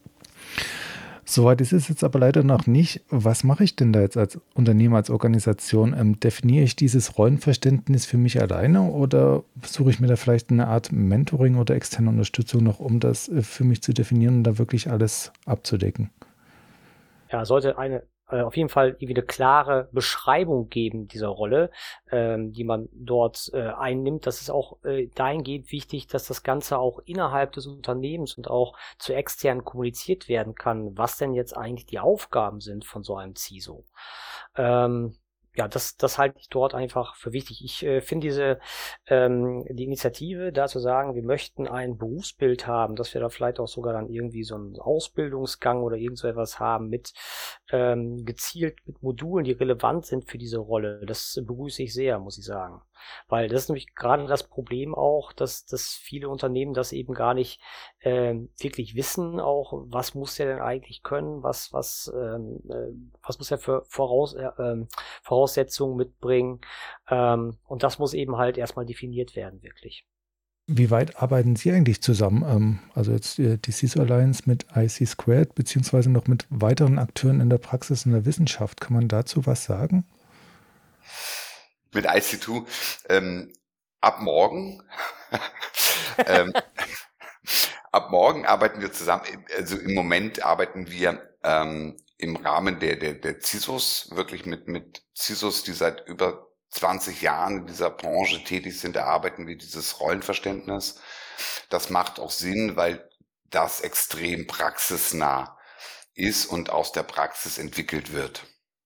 Soweit ist es jetzt aber leider noch nicht. Was mache ich denn da jetzt als Unternehmen, als Organisation? Ähm, definiere ich dieses Rollenverständnis für mich alleine oder suche ich mir da vielleicht eine Art Mentoring oder externe Unterstützung noch, um das äh, für mich zu definieren und da wirklich alles abzudecken? Ja, sollte eine äh, auf jeden Fall irgendwie eine klare Beschreibung geben dieser Rolle, ähm, die man dort äh, einnimmt. Das ist auch äh, dahingehend wichtig, dass das Ganze auch innerhalb des Unternehmens und auch zu extern kommuniziert werden kann, was denn jetzt eigentlich die Aufgaben sind von so einem C I S O. Ähm, Ja, das, das halte ich dort einfach für wichtig. Ich äh, finde diese ähm, die Initiative, da zu sagen, wir möchten ein Berufsbild haben, dass wir da vielleicht auch sogar dann irgendwie so einen Ausbildungsgang oder irgend so etwas haben mit ähm, gezielt mit Modulen, die relevant sind für diese Rolle. Das begrüße ich sehr, muss ich sagen. Weil das ist nämlich gerade das Problem auch, dass, dass viele Unternehmen das eben gar nicht ähm, wirklich wissen, auch was muss der denn eigentlich können, was, was, ähm, äh, was muss er für Voraus, äh, ähm, Voraussetzungen mitbringen. Ähm, und das muss eben halt erstmal definiert werden, wirklich. Wie weit arbeiten Sie eigentlich zusammen? Ähm, also jetzt äh, die C I S O Alliance mit I C Squared, beziehungsweise noch mit weiteren Akteuren in der Praxis und der Wissenschaft. Kann man dazu was sagen? Mit I C zwei ähm, ab morgen. ähm, ab morgen arbeiten wir zusammen. Also im Moment arbeiten wir ähm, im Rahmen der der der C I S Os wirklich mit mit C I S Os, die seit über zwanzig Jahren in dieser Branche tätig sind. Erarbeiten wir dieses Rollenverständnis. Das macht auch Sinn, weil das extrem praxisnah ist und aus der Praxis entwickelt wird.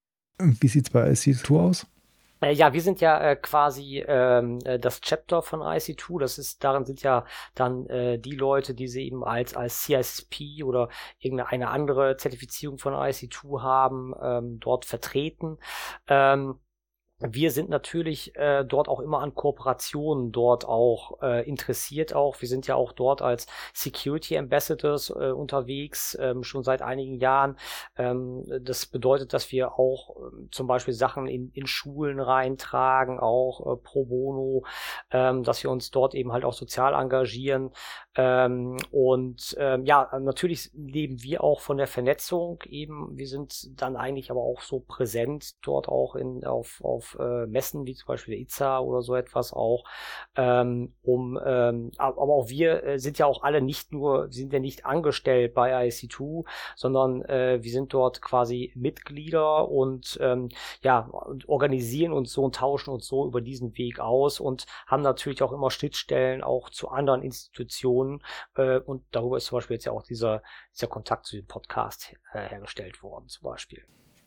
Wie sieht es bei I C zwei aus? Äh, Ja, wir sind ja äh, quasi ähm, äh, das Chapter von I C zwei. Das ist, darin sind ja dann äh, die Leute, die sie eben als als C I S P oder irgendeine andere Zertifizierung von I C zwei haben, ähm, dort vertreten. Ähm, Wir sind natürlich äh, dort auch immer an Kooperationen dort auch äh, interessiert auch. Wir sind ja auch dort als Security Ambassadors äh, unterwegs, ähm, schon seit einigen Jahren. Ähm, das bedeutet, dass wir auch ähm, zum Beispiel Sachen in, in Schulen reintragen, auch äh, pro bono, ähm, dass wir uns dort eben halt auch sozial engagieren. Ähm, und ähm, ja, natürlich leben wir auch von der Vernetzung eben. Wir sind dann eigentlich aber auch so präsent dort auch in auf auf äh, Messen wie zum Beispiel der I Z A oder so etwas auch, ähm, um ähm, aber auch wir äh, sind ja auch alle nicht nur, sind ja nicht angestellt bei I C zwei, sondern äh, wir sind dort quasi Mitglieder und ähm, ja, und organisieren uns so und tauschen uns so über diesen Weg aus und haben natürlich auch immer Schnittstellen auch zu anderen Institutionen. Äh, und darüber ist zum Beispiel jetzt ja auch dieser, dieser Kontakt zu dem Podcast äh, hergestellt worden, zum Beispiel.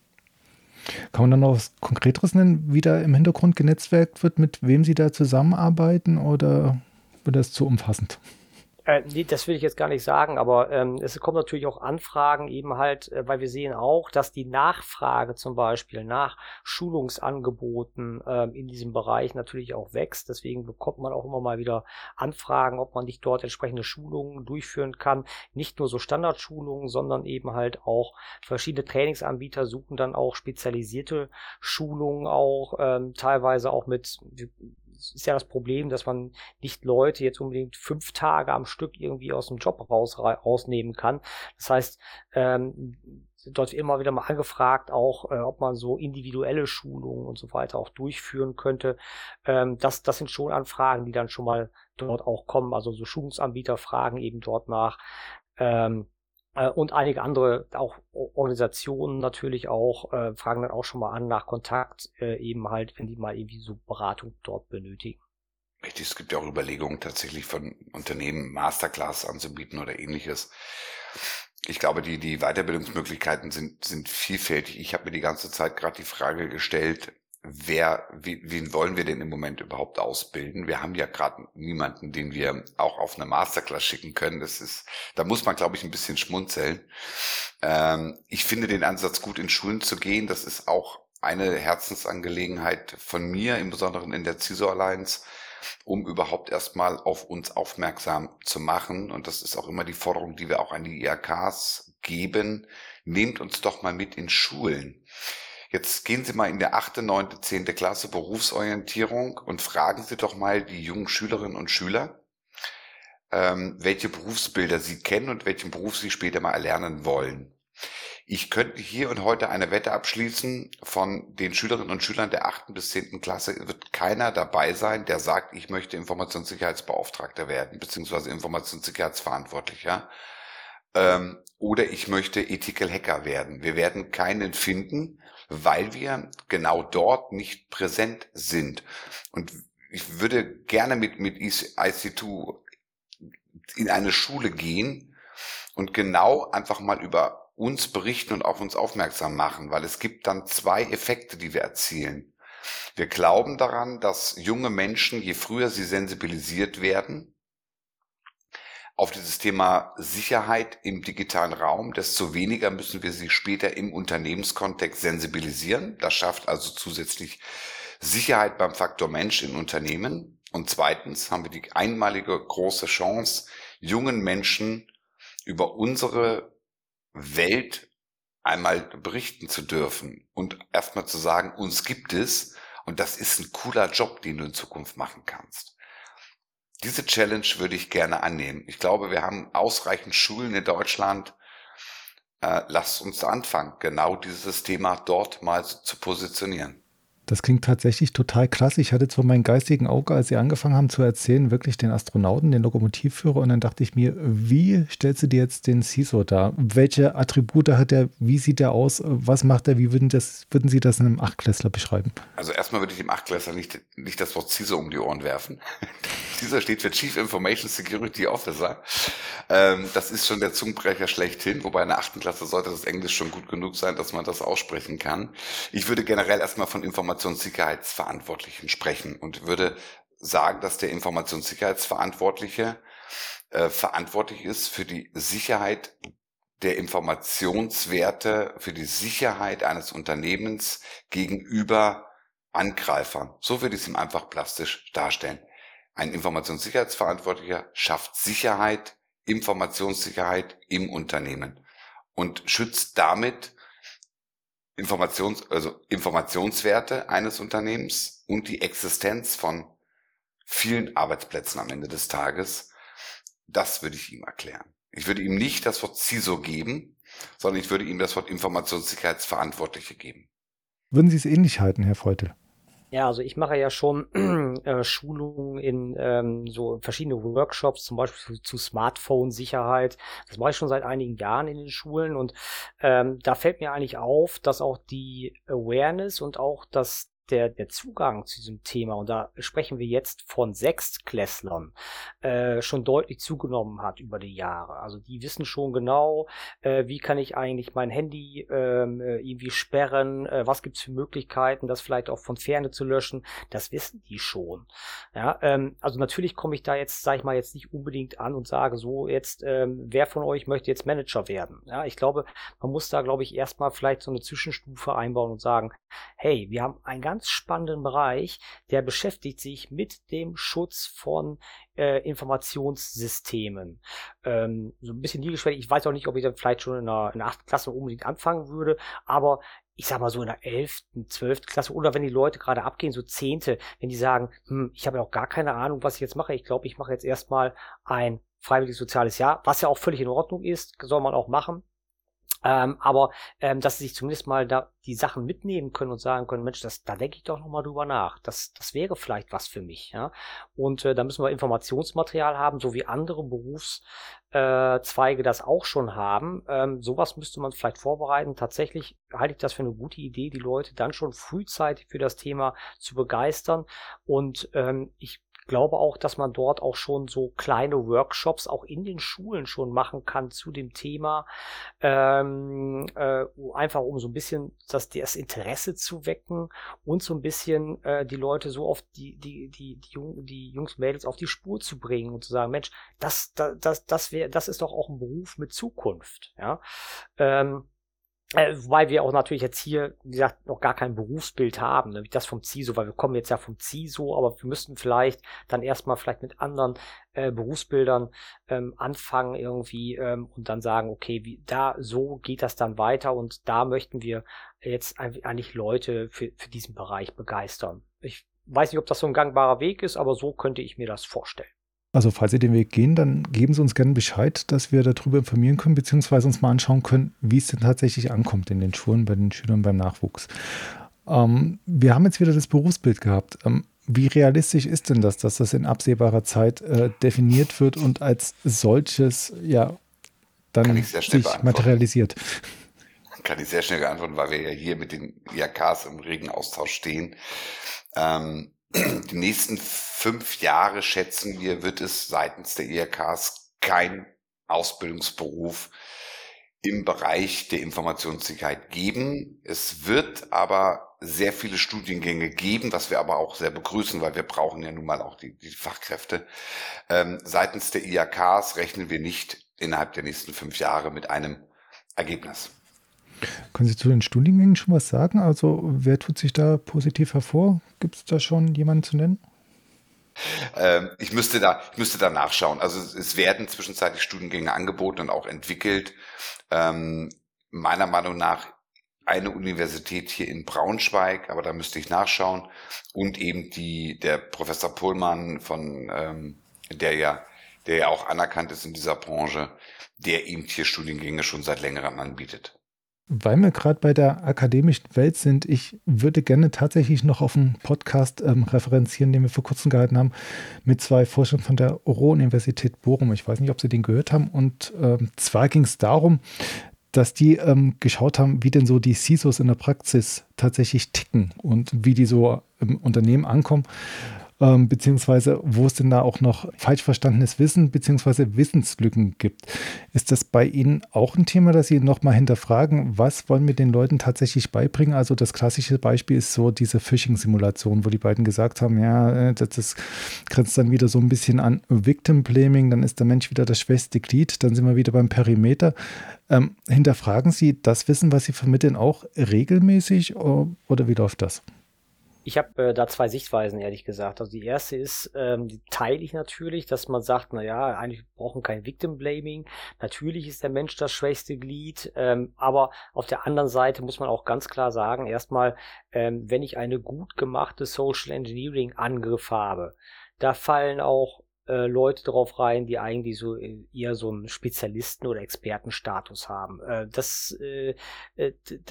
Kann man dann noch was Konkreteres nennen, wie da im Hintergrund genetzwerkt wird, mit wem Sie da zusammenarbeiten, oder wird das zu umfassend? Äh, nee, das will ich jetzt gar nicht sagen, aber ähm, es kommen natürlich auch Anfragen eben halt, äh, weil wir sehen auch, dass die Nachfrage zum Beispiel nach Schulungsangeboten ähm, in diesem Bereich natürlich auch wächst. Deswegen bekommt man auch immer mal wieder Anfragen, ob man nicht dort entsprechende Schulungen durchführen kann. Nicht nur so Standardschulungen, sondern eben halt auch verschiedene Trainingsanbieter suchen dann auch spezialisierte Schulungen auch, ähm, teilweise auch mit... ist ja das Problem, dass man nicht Leute jetzt unbedingt fünf Tage am Stück irgendwie aus dem Job raus, rausnehmen kann. Das heißt, ähm, dort wird immer wieder mal angefragt, auch äh, ob man so individuelle Schulungen und so weiter auch durchführen könnte. Ähm, das, das sind schon Anfragen, die dann schon mal dort auch kommen. Also so Schulungsanbieter fragen eben dort nach. Ähm, Und einige andere, auch Organisationen natürlich auch, äh, fragen dann auch schon mal an nach Kontakt, äh, eben halt, wenn die mal irgendwie so Beratung dort benötigen. Richtig, es gibt ja auch Überlegungen tatsächlich von Unternehmen, Masterclass anzubieten oder ähnliches. Ich glaube, die, die Weiterbildungsmöglichkeiten sind, sind vielfältig. Ich habe mir die ganze Zeit gerade die Frage gestellt, wer, wie, wen wollen wir denn im Moment überhaupt ausbilden? Wir haben ja gerade niemanden, den wir auch auf eine Masterclass schicken können. Das ist, da muss man, glaube ich, ein bisschen schmunzeln. Ähm, ich finde den Ansatz gut, in Schulen zu gehen. Das ist auch eine Herzensangelegenheit von mir, im Besonderen in der C I S O Alliance, um überhaupt erstmal auf uns aufmerksam zu machen. Und das ist auch immer die Forderung, die wir auch an die I H Ks geben. Nehmt uns doch mal mit in Schulen. Jetzt gehen Sie mal in der achte, neunte, zehnte Klasse Berufsorientierung und fragen Sie doch mal die jungen Schülerinnen und Schüler, ähm, welche Berufsbilder sie kennen und welchen Beruf sie später mal erlernen wollen. Ich könnte hier und heute eine Wette abschließen, von den Schülerinnen und Schülern der achten bis zehnten Klasse wird keiner dabei sein, der sagt, ich möchte Informationssicherheitsbeauftragter werden, beziehungsweise Informationssicherheitsverantwortlicher, ähm, oder ich möchte Ethical Hacker werden. Wir werden keinen finden, weil wir genau dort nicht präsent sind. Und ich würde gerne mit, mit I C zwei in eine Schule gehen und genau einfach mal über uns berichten und auf uns aufmerksam machen, weil es gibt dann zwei Effekte, die wir erzielen. Wir glauben daran, dass junge Menschen, je früher sie sensibilisiert werden auf dieses Thema Sicherheit im digitalen Raum, desto weniger müssen wir sie später im Unternehmenskontext sensibilisieren. Das schafft also zusätzlich Sicherheit beim Faktor Mensch in Unternehmen. Und zweitens haben wir die einmalige große Chance, jungen Menschen über unsere Welt einmal berichten zu dürfen und erstmal zu sagen, uns gibt es und das ist ein cooler Job, den du in Zukunft machen kannst. Diese Challenge würde ich gerne annehmen. Ich glaube, wir haben ausreichend Schulen in Deutschland. Äh, lasst uns anfangen, genau dieses Thema dort mal zu positionieren. Das klingt tatsächlich total krass. Ich hatte zwar meinen geistigen Auge, als Sie angefangen haben zu erzählen, wirklich den Astronauten, den Lokomotivführer, und dann dachte ich mir, wie stellst du dir jetzt den C I S O dar? Welche Attribute hat er? Wie sieht er aus? Was macht er? Wie würden, das, würden Sie das einem Achtklässler beschreiben? Also erstmal würde ich dem Achtklässler nicht, nicht das Wort C I S O um die Ohren werfen. C I S O steht für Chief Information Security Officer. Ähm, das ist schon der Zungenbrecher schlechthin, wobei in der achten Klasse sollte das Englisch schon gut genug sein, dass man das aussprechen kann. Ich würde generell erstmal von Informationssicherheitsverantwortlichen sprechen und würde sagen, dass der Informationssicherheitsverantwortliche äh, verantwortlich ist für die Sicherheit der Informationswerte, für die Sicherheit eines Unternehmens gegenüber Angreifern. So würde ich es ihm einfach plastisch darstellen. Ein Informationssicherheitsverantwortlicher schafft Sicherheit, Informationssicherheit im Unternehmen und schützt damit Informations, also Informationswerte eines Unternehmens und die Existenz von vielen Arbeitsplätzen am Ende des Tages. Das würde ich ihm erklären. Ich würde ihm nicht das Wort C I S O geben, sondern ich würde ihm das Wort Informationssicherheitsverantwortliche geben. Würden Sie es ähnlich halten, Herr Feutel? Ja, also ich mache ja schon äh, Schulungen in ähm, so verschiedene Workshops, zum Beispiel zu, zu Smartphone-Sicherheit. Das mache ich schon seit einigen Jahren in den Schulen und ähm, da fällt mir eigentlich auf, dass auch die Awareness und auch das Der, der Zugang zu diesem Thema, und da sprechen wir jetzt von Sechstklässlern, äh, schon deutlich zugenommen hat über die Jahre. Also die wissen schon genau, äh, wie kann ich eigentlich mein Handy ähm, äh, irgendwie sperren, äh, was gibt's für Möglichkeiten, das vielleicht auch von Ferne zu löschen. Das wissen die schon. Ja, ähm, also natürlich komme ich da jetzt, sage ich mal, jetzt nicht unbedingt an und sage so, jetzt, ähm, wer von euch möchte jetzt Manager werden? Ja, ich glaube, man muss da, glaube ich, erstmal vielleicht so eine Zwischenstufe einbauen und sagen, hey, wir haben ein ganz ganz spannenden Bereich, der beschäftigt sich mit dem Schutz von äh, Informationssystemen. Ähm, so ein bisschen niederschwellig. Ich weiß auch nicht, ob ich dann vielleicht schon in der, in der achten Klasse unbedingt anfangen würde, aber ich sag mal so in der elften, zwölften Klasse oder wenn die Leute gerade abgehen, so zehnte, wenn die sagen, hm, ich habe ja auch gar keine Ahnung, was ich jetzt mache. Ich glaube, ich mache jetzt erstmal ein freiwilliges soziales Jahr, was ja auch völlig in Ordnung ist, soll man auch machen. Ähm, aber ähm, dass sie sich zumindest mal da die Sachen mitnehmen können und sagen können, Mensch, das, da denke ich doch nochmal drüber nach. Das, das wäre vielleicht was für mich. Ja? Und äh, da müssen wir Informationsmaterial haben, so wie andere Berufszweige äh, das auch schon haben. Ähm, sowas müsste man vielleicht vorbereiten. Tatsächlich halte ich das für eine gute Idee, die Leute dann schon frühzeitig für das Thema zu begeistern. Und ähm, ich glaube auch, dass man dort auch schon so kleine Workshops auch in den Schulen schon machen kann zu dem Thema, ähm, äh, einfach um so ein bisschen das, das Interesse zu wecken und so ein bisschen äh, die Leute so auf die die die die, Jung, die Jungs und Mädels auf die Spur zu bringen und zu sagen, Mensch, das das das das wäre das ist doch auch ein Beruf mit Zukunft, ja. Ähm, Äh, wobei wir auch natürlich jetzt hier, wie gesagt, noch gar kein Berufsbild haben, nämlich das vom C I S O, weil wir kommen jetzt ja vom C I S O, aber wir müssten vielleicht dann erstmal vielleicht mit anderen äh, Berufsbildern ähm, anfangen irgendwie ähm, und dann sagen, okay, wie, da so geht das dann weiter und da möchten wir jetzt eigentlich Leute für, für diesen Bereich begeistern. Ich weiß nicht, ob das so ein gangbarer Weg ist, aber so könnte ich mir das vorstellen. Also falls Sie den Weg gehen, dann geben Sie uns gerne Bescheid, dass wir darüber informieren können, beziehungsweise uns mal anschauen können, wie es denn tatsächlich ankommt in den Schulen, bei den Schülern beim Nachwuchs. Ähm, wir haben jetzt wieder das Berufsbild gehabt. Ähm, wie realistisch ist denn das, dass das in absehbarer Zeit äh, definiert wird und als solches ja dann sich materialisiert? Kann ich sehr schnell beantworten, weil wir ja hier mit den I H Ks im regen Austausch stehen. Ähm, die nächsten fünf Jahre, schätzen wir, wird es seitens der I H Ks kein Ausbildungsberuf im Bereich der Informationssicherheit geben. Es wird aber sehr viele Studiengänge geben, was wir aber auch sehr begrüßen, weil wir brauchen ja nun mal auch die, die Fachkräfte. Ähm, seitens der I H Ks rechnen wir nicht innerhalb der nächsten fünf Jahre mit einem Ergebnis. Können Sie zu den Studiengängen schon was sagen? Also wer tut sich da positiv hervor? Gibt es da schon jemanden zu nennen? Ähm, ich müsste da, ich müsste da nachschauen. Also es werden zwischenzeitlich Studiengänge angeboten und auch entwickelt. Ähm, meiner Meinung nach eine Universität hier in Braunschweig, aber da müsste ich nachschauen, und eben die der Professor Pohlmann von ähm, der ja der ja auch anerkannt ist in dieser Branche, der eben hier Studiengänge schon seit längerem anbietet. Weil wir gerade bei der akademischen Welt sind, ich würde gerne tatsächlich noch auf einen Podcast ähm, referenzieren, den wir vor kurzem gehalten haben, mit zwei Forschern von der Ruhr-Universität Bochum. Ich weiß nicht, ob Sie den gehört haben. Und ähm, zwar ging es darum, dass die ähm, geschaut haben, wie denn so die C I S Os in der Praxis tatsächlich ticken und wie die so im Unternehmen ankommen. Ähm, beziehungsweise wo es denn da auch noch falsch verstandenes Wissen beziehungsweise Wissenslücken gibt. Ist das bei Ihnen auch ein Thema, dass Sie nochmal hinterfragen, was wollen wir den Leuten tatsächlich beibringen? Also das klassische Beispiel ist so diese Phishing-Simulation, wo die beiden gesagt haben, ja, das, das grenzt dann wieder so ein bisschen an Victim Blaming, dann ist der Mensch wieder das schwächste Glied, dann sind wir wieder beim Perimeter. Ähm, hinterfragen Sie das Wissen, was Sie vermitteln, auch regelmäßig oder wie läuft das? Ich habe äh, da zwei Sichtweisen, ehrlich gesagt. Also die erste ist, ähm, die teile ich natürlich, dass man sagt, na ja, eigentlich brauchen wir kein Victim Blaming. Natürlich ist der Mensch das schwächste Glied, ähm, aber auf der anderen Seite muss man auch ganz klar sagen, erstmal, ähm, wenn ich eine gut gemachte Social Engineering Angriff habe, da fallen auch äh, Leute drauf rein, die eigentlich so äh, eher so einen Spezialisten- oder Expertenstatus haben. Äh, das, äh, äh,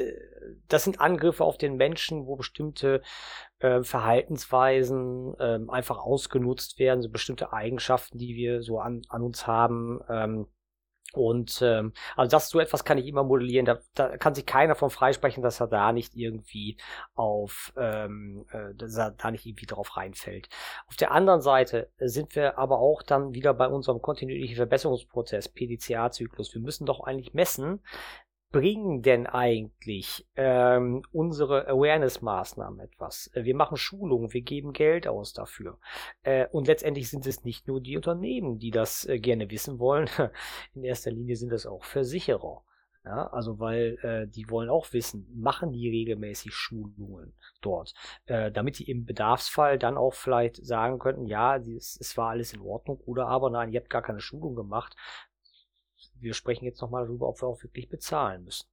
das sind Angriffe auf den Menschen, wo bestimmte äh, Verhaltensweisen äh, einfach ausgenutzt werden, so bestimmte Eigenschaften, die wir so an, an uns haben. Ähm, Und ähm, also das so etwas kann ich immer modellieren. Da, da kann sich keiner von freisprechen, dass er da nicht irgendwie auf ähm, äh, dass er da nicht irgendwie drauf reinfällt. Auf der anderen Seite sind wir aber auch dann wieder bei unserem kontinuierlichen Verbesserungsprozess, P D C A-Zyklus. Wir müssen doch eigentlich messen, bringen denn eigentlich ähm, unsere Awareness-Maßnahmen etwas? Wir machen Schulungen, wir geben Geld aus dafür. Äh, und letztendlich sind es nicht nur die Unternehmen, die das äh, gerne wissen wollen. In erster Linie sind es auch Versicherer. Ja, also weil äh, die wollen auch wissen, machen die regelmäßig Schulungen dort, äh, damit die im Bedarfsfall dann auch vielleicht sagen könnten, ja, es, es war alles in Ordnung, oder aber nein, ihr habt gar keine Schulung gemacht. Wir sprechen jetzt nochmal darüber, ob wir auch wirklich bezahlen müssen.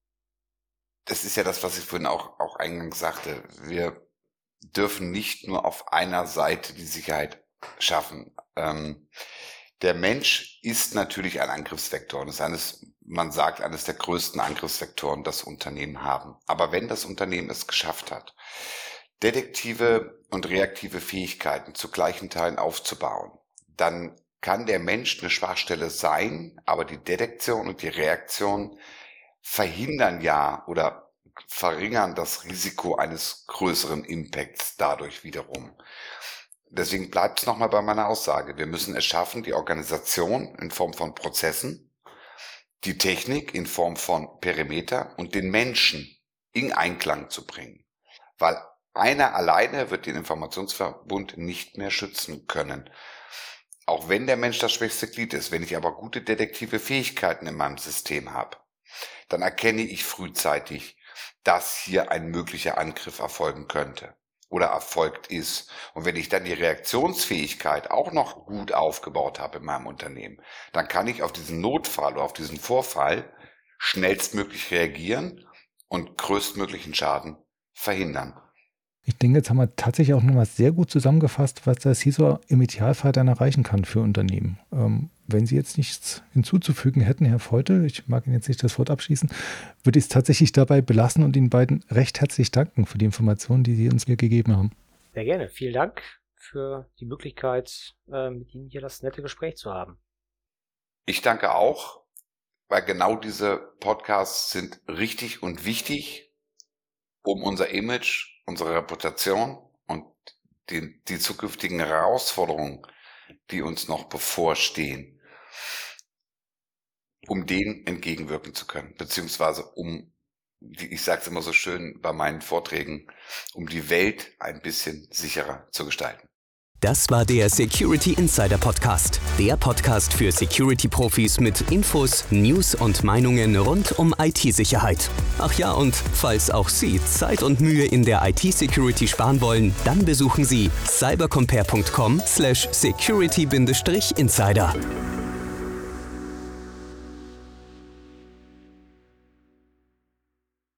Das ist ja das, was ich vorhin auch, auch eingangs sagte. Wir dürfen nicht nur auf einer Seite die Sicherheit schaffen. Ähm, der Mensch ist natürlich ein Angriffsvektor und ist eines, man sagt, eines der größten Angriffsvektoren, das Unternehmen haben. Aber wenn das Unternehmen es geschafft hat, detektive und reaktive Fähigkeiten zu gleichen Teilen aufzubauen, dann kann der Mensch eine Schwachstelle sein, aber die Detektion und die Reaktion verhindern ja oder verringern das Risiko eines größeren Impacts dadurch wiederum. Deswegen bleibt es nochmal bei meiner Aussage. Wir müssen es schaffen, die Organisation in Form von Prozessen, die Technik in Form von Perimeter und den Menschen in Einklang zu bringen. Weil einer alleine wird den Informationsverbund nicht mehr schützen können. Auch wenn der Mensch das schwächste Glied ist, wenn ich aber gute detektive Fähigkeiten in meinem System habe, dann erkenne ich frühzeitig, dass hier ein möglicher Angriff erfolgen könnte oder erfolgt ist. Und wenn ich dann die Reaktionsfähigkeit auch noch gut aufgebaut habe in meinem Unternehmen, dann kann ich auf diesen Notfall oder auf diesen Vorfall schnellstmöglich reagieren und größtmöglichen Schaden verhindern. Ich denke, jetzt haben wir tatsächlich auch nochmal sehr gut zusammengefasst, was der C I S O im Idealfall dann erreichen kann für Unternehmen. Ähm, wenn Sie jetzt nichts hinzuzufügen hätten, Herr Feutel, ich mag Ihnen jetzt nicht das Wort abschließen, würde ich es tatsächlich dabei belassen und Ihnen beiden recht herzlich danken für die Informationen, die Sie uns hier gegeben haben. Sehr gerne. Vielen Dank für die Möglichkeit, mit Ihnen hier das nette Gespräch zu haben. Ich danke auch, weil genau diese Podcasts sind richtig und wichtig, um unser Image, unsere Reputation und die, die zukünftigen Herausforderungen, die uns noch bevorstehen, um denen entgegenwirken zu können, beziehungsweise um, ich sage es immer so schön bei meinen Vorträgen, um die Welt ein bisschen sicherer zu gestalten. Das war der Security Insider Podcast. Der Podcast für Security-Profis mit Infos, News und Meinungen rund um I T-Sicherheit. Ach ja, und falls auch Sie Zeit und Mühe in der I T-Security sparen wollen, dann besuchen Sie cybercompare punkt com slash security-insider.